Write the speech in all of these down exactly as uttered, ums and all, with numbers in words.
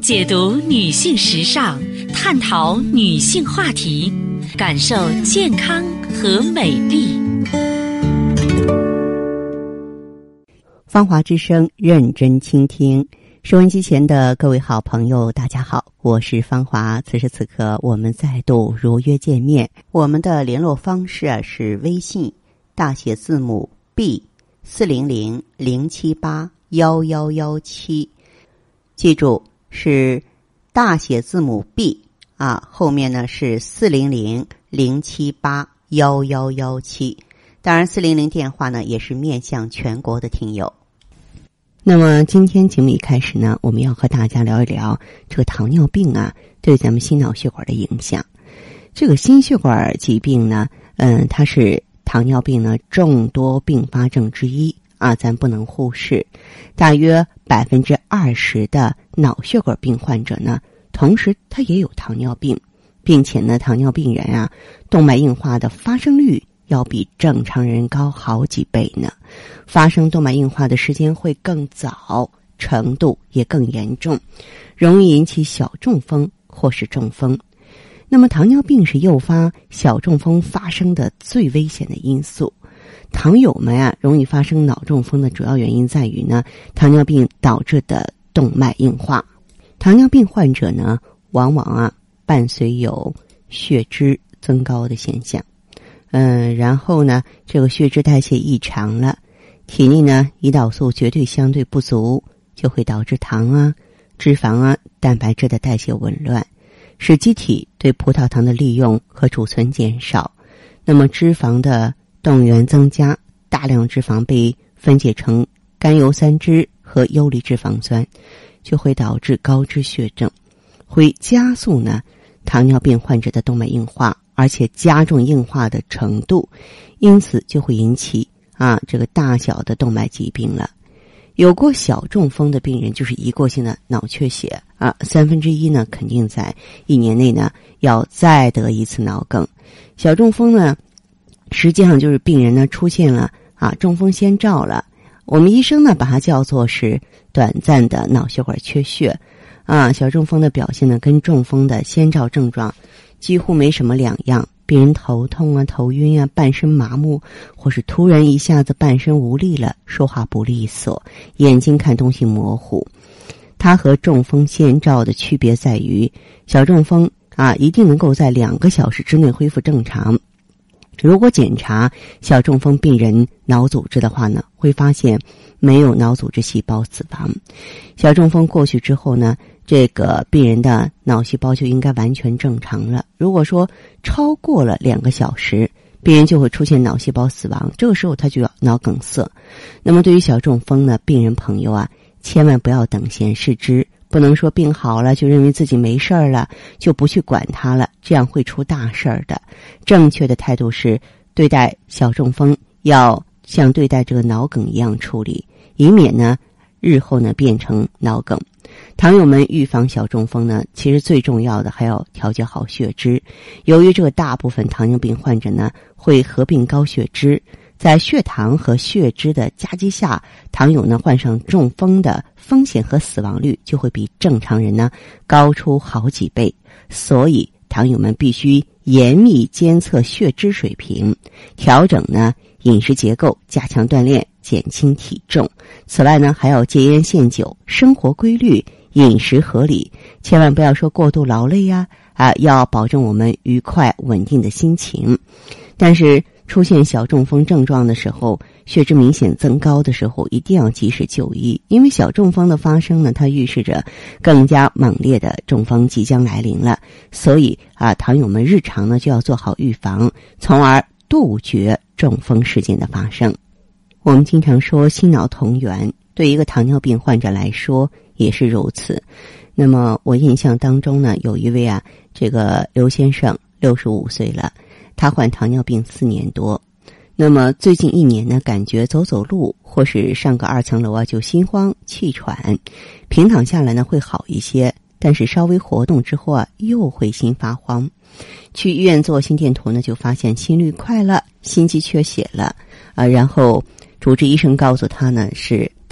解读女性时尚，探讨女性话题，感受健康和美丽。 芳华之声，认真倾听。收音机前的各位好朋友，大家好，我是芳华。此时此刻，我们再度如约见面。我们的联络方式啊是微信大写字母 B 四零零零七八幺幺幺七，记住是大写字母 B 啊，后面呢是四零零零七八幺幺幺七。当然，四零零电话呢也是面向全国的听友。那么今天节目一开始呢，我们要和大家聊一聊这个糖尿病啊对咱们心脑血管的影响。这个心血管疾病呢，嗯，它是糖尿病呢众多并发症之一啊，咱不能忽视。大约百分之二十的脑血管病患者呢，同时他也有糖尿病，并且呢，糖尿病人啊，动脉硬化的发生率要比正常人高好几倍呢，发生动脉硬化的时间会更早，程度也更严重，容易引起小中风或是中风。那么糖尿病是诱发小中风发生的最危险的因素。糖友们啊，容易发生脑中风的主要原因在于呢，糖尿病导致的动脉硬化。糖尿病患者呢，往往啊伴随有血脂增高的现象。嗯，然后呢，这个血脂代谢异常了，体内呢胰岛素绝对相对不足，就会导致糖啊、脂肪啊、蛋白质的代谢紊乱，使机体对葡萄糖的利用和储存减少。那么脂肪的动员增加，大量脂肪被分解成甘油三酯和游离脂肪酸，就会导致高脂血症，会加速呢糖尿病患者的动脉硬化，而且加重硬化的程度，因此就会引起啊这个大小的动脉疾病了。有过小中风的病人，就是一过性的脑缺血啊，三分之一呢肯定在一年内呢要再得一次脑梗。小中风呢，实际上就是病人呢出现了啊中风先兆了，我们医生呢把它叫做是短暂的脑血管缺血啊。小中风的表现呢跟中风的先兆症状几乎没什么两样，病人头痛啊、头晕啊、半身麻木，或是突然一下子半身无力了，说话不利索，眼睛看东西模糊。它和中风先兆的区别在于，小中风啊一定能够在两个小时之内恢复正常。如果检查小中风病人脑组织的话呢，会发现没有脑组织细胞死亡。小中风过去之后呢，这个病人的脑细胞就应该完全正常了。如果说超过了两个小时，病人就会出现脑细胞死亡，这个时候他就要脑梗塞。那么对于小中风呢，病人朋友啊，千万不要等闲视之，不能说病好了就认为自己没事儿了，就不去管它了，这样会出大事儿的。正确的态度是，对待小中风要像对待这个脑梗一样处理，以免呢日后呢变成脑梗。糖友们预防小中风呢，其实最重要的还要调节好血脂。由于这个大部分糖尿病患者呢会合并高血脂，在血糖和血脂的夹击下，糖友呢患上中风的风险和死亡率就会比正常人呢高出好几倍。所以糖友们必须严密监测血脂水平，调整呢饮食结构，加强锻炼，减轻体重。此外呢，还要戒烟限酒，生活规律，饮食合理，千万不要说过度劳累呀、啊，啊，要保证我们愉快稳定的心情。但是出现小中风症状的时候，血脂明显增高的时候，一定要及时就医，因为小中风的发生呢，它预示着更加猛烈的中风即将来临了。所以啊，糖友们日常呢就要做好预防，从而杜绝中风事件的发生。我们经常说心脑同源，对一个糖尿病患者来说也是如此。那么我印象当中呢，有一位啊，这个刘先生六十五岁了，他患糖尿病四年多。那么最近一年呢，感觉走走路或是上个二层楼啊就心慌气喘，平躺下来呢会好一些，但是稍微活动之后啊又会心发慌。去医院做心电图呢，就发现心率快了，心肌缺血了啊，然后主治医生告诉他呢，是他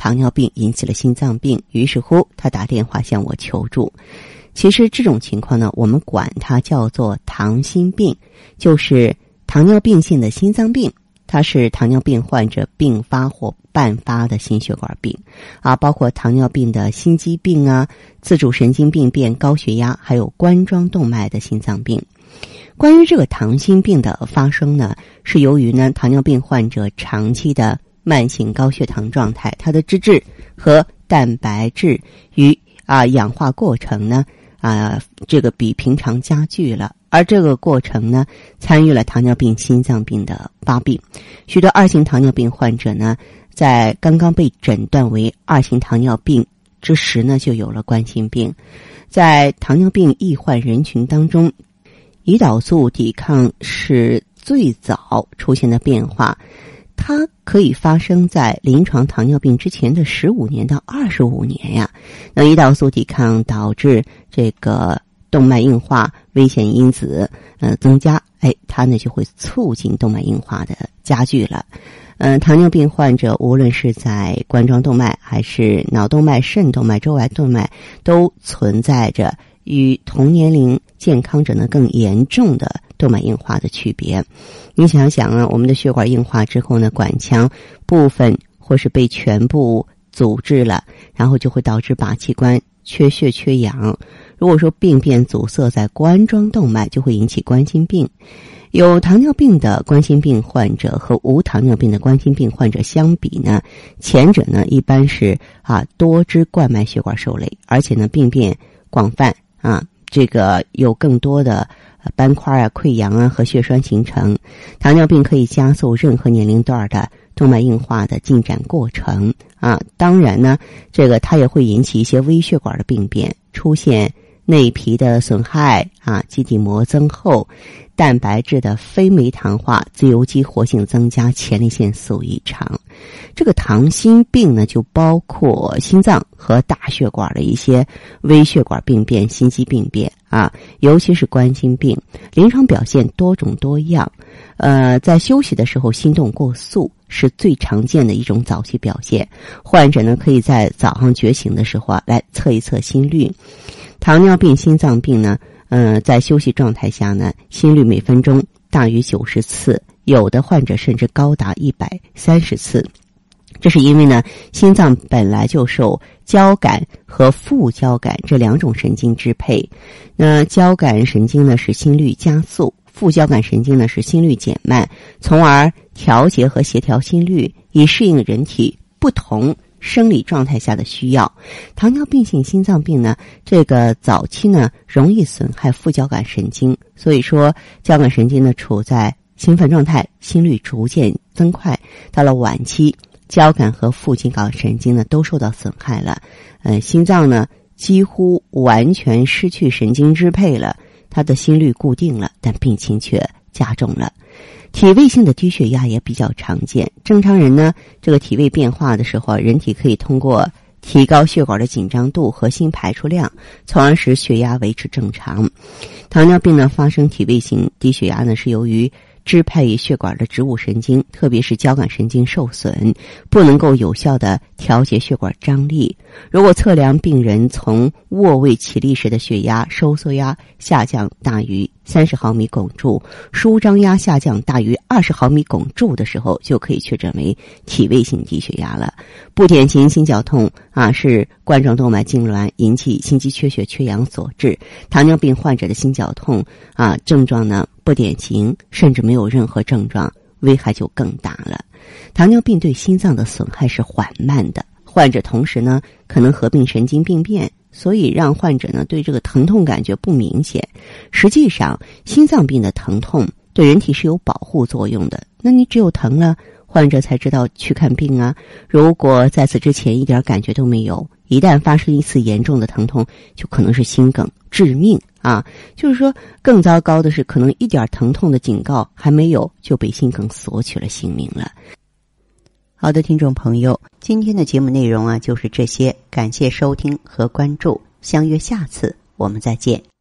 糖尿病引起了心脏病，于是乎他打电话向我求助。其实这种情况呢，我们管它叫做糖心病，就是糖尿病性的心脏病，它是糖尿病患者并发或伴发的心血管病啊，包括糖尿病的心肌病啊、自主神经病变、高血压，还有冠状动脉的心脏病。关于这个糖心病的发生呢，是由于呢糖尿病患者长期的慢性高血糖状态，它的脂质和蛋白质与啊氧化过程呢啊这个比平常加剧了，而这个过程呢参与了糖尿病心脏病的发病。许多二型糖尿病患者呢，在刚刚被诊断为二型糖尿病之时呢，就有了冠心病。在糖尿病易患人群当中，胰岛素抵抗是最早出现的变化，它可以发生在临床糖尿病之前的十五年到二十五年呀。那胰岛素抵抗导致这个动脉硬化危险因子呃增加，哎，它呢就会促进动脉硬化的加剧了。嗯、呃，糖尿病患者无论是在冠状动脉还是脑动脉、肾动脉、周围动脉，都存在着与同年龄健康者呢更严重的动脉硬化的区别。你想想啊，我们的血管硬化之后呢，管腔部分或是被全部阻滞了，然后就会导致靶器官缺血缺氧。如果说病变阻塞在冠状动脉，就会引起冠心病。有糖尿病的冠心病患者和无糖尿病的冠心病患者相比呢，前者呢一般是啊多支冠脉血管受累，而且呢病变广泛啊，这个有更多的斑块啊、溃疡啊和血栓形成。糖尿病可以加速任何年龄段的动脉硬化的进展过程啊，当然呢，这个它也会引起一些微血管的病变，出现内皮的损害啊，基底膜增厚，蛋白质的非酶糖化，自由基活性增加，前列腺素异常。这个糖心病呢，就包括心脏和大血管的一些微血管病变、心肌病变啊，尤其是冠心病，临床表现多种多样。呃，在休息的时候心动过速是最常见的一种早期表现，患者呢可以在早上觉醒的时候啊来测一测心率。糖尿病心脏病呢，呃，在休息状态下呢，心率每分钟大于九十次，有的患者甚至高达一百三十次。这是因为呢，心脏本来就受交感和副交感这两种神经支配。那交感神经呢使心率加速，副交感神经呢使心率减慢，从而调节和协调心率，以适应人体不同生理状态下的需要。糖尿病性心脏病呢，这个早期呢容易损害副交感神经，所以说交感神经呢处在兴奋状态，心率逐渐增快。到了晚期，交感和副交感神经呢都受到损害了，呃，心脏呢几乎完全失去神经支配了，它的心率固定了，但病情却加重了。体位性的低血压也比较常见，正常人呢，这个体位变化的时候，人体可以通过提高血管的紧张度和心排出量，从而使血压维持正常。糖尿病呢发生体位性低血压呢，是由于支配血管的植物神经，特别是交感神经受损，不能够有效的调节血管张力。如果测量病人从卧位起立时的血压、收缩压下降大于三十毫米汞柱，舒张压下降大于二十毫米汞柱的时候，就可以确诊为体位性低血压了。不典型心绞痛啊，是冠状动脉痉挛引起心肌缺血缺氧所致。糖尿病患者的心绞痛啊，症状呢不典型，甚至没有任何症状，危害就更大了。糖尿病对心脏的损害是缓慢的，患者同时呢可能合并神经病变，所以让患者呢对这个疼痛感觉不明显。实际上心脏病的疼痛对人体是有保护作用的，那你只有疼了，患者才知道去看病啊。如果在此之前一点感觉都没有，一旦发生一次严重的疼痛，就可能是心梗致命啊。就是说更糟糕的是，可能一点疼痛的警告还没有，就被心梗索取了性命了。好的，听众朋友，今天的节目内容啊就是这些，感谢收听和关注，相约下次我们再见。